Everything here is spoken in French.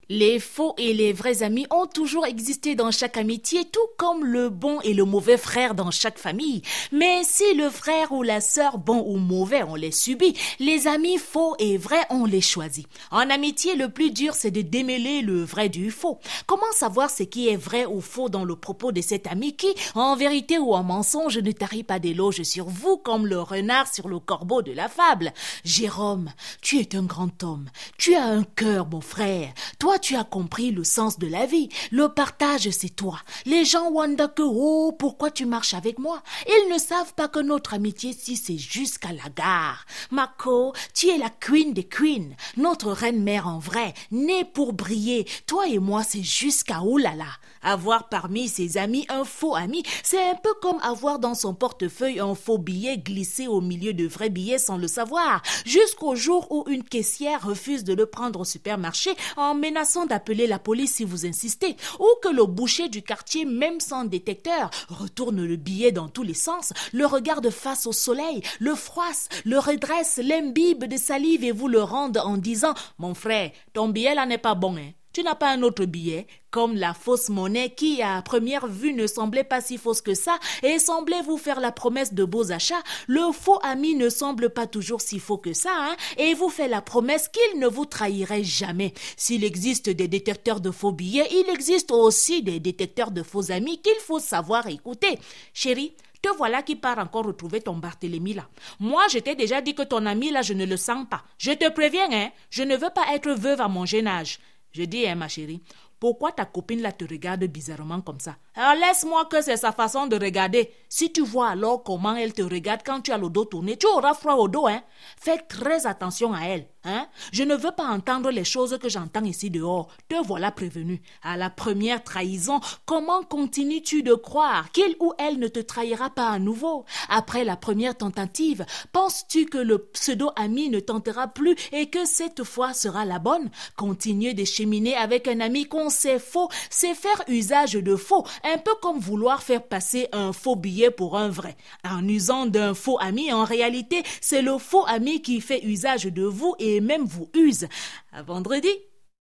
Les faux et les vrais amis ont toujours existé dans chaque amitié, tout comme le bon et le mauvais frère dans chaque famille. Mais si le frère ou la sœur bon ou mauvais, on les subit, les amis faux et vrais, on les choisit. En amitié, le plus dur, c'est de démêler le vrai du faux. Comment savoir ce qui est vrai ou faux dans le propos de cet ami qui, en vérité ou en mensonge, ne tarit pas d'éloges sur vous comme le renard sur le corbeau de la fable? Jérôme, tu es un grand homme. Tu as un cœur, mon frère. Toi, tu as compris le sens de la vie. Le partage, c'est toi. Les gens wondent que, oh, pourquoi tu marches avec moi? Ils ne savent pas que notre amitié, si c'est jusqu'à la gare. Mako, tu es la queen des queens. Notre reine-mère en vrai, née pour briller. Toi et moi, c'est jusqu'à oulala. Avoir parmi ses amis un faux ami, c'est un peu comme avoir dans son portefeuille un faux billet glissé au milieu de vrais billets sans le savoir. Jusqu'au jour où une caissière refuse de le prendre au supermarché en menaçant d'appeler la police si vous insistez, ou que le boucher du quartier, même sans détecteur, retourne le billet dans tous les sens, le regarde face au soleil, le froisse, le redresse, l'imbibe de salive et vous le rende en disant « Mon frère, ton billet là n'est pas bon, hein. Tu n'as pas un autre billet ?» Comme la fausse monnaie qui, à première vue, ne semblait pas si fausse que ça et semblait vous faire la promesse de beaux achats, le faux ami ne semble pas toujours si faux que ça, hein, et vous fait la promesse qu'il ne vous trahirait jamais. S'il existe des détecteurs de faux billets, il existe aussi des détecteurs de faux amis qu'il faut savoir écouter. Chérie, te voilà qui part encore retrouver ton Barthélemy là. Moi, je t'ai déjà dit que ton ami là, je ne le sens pas. Je te préviens, hein, je ne veux pas être veuve à mon jeune âge. Je dis, hein, ma chérie, pourquoi ta copine là te regarde bizarrement comme ça? Alors laisse-moi que c'est sa façon de regarder. Si tu vois alors comment elle te regarde quand tu as le dos tourné, tu auras froid au dos, hein. Fais très attention à elle, hein. Je ne veux pas entendre les choses que j'entends ici dehors. Te voilà prévenu. À la première trahison, comment continues-tu de croire qu'il ou elle ne te trahira pas à nouveau? Après la première tentative, penses-tu que le pseudo-ami ne tentera plus et que cette fois sera la bonne? Continuer de cheminer avec un ami qu'on sait faux, c'est faire usage de faux, un peu comme vouloir faire passer un faux billet pour un vrai. En usant d'un faux ami, en réalité, c'est le faux ami qui fait usage de vous et même vous use. À vendredi.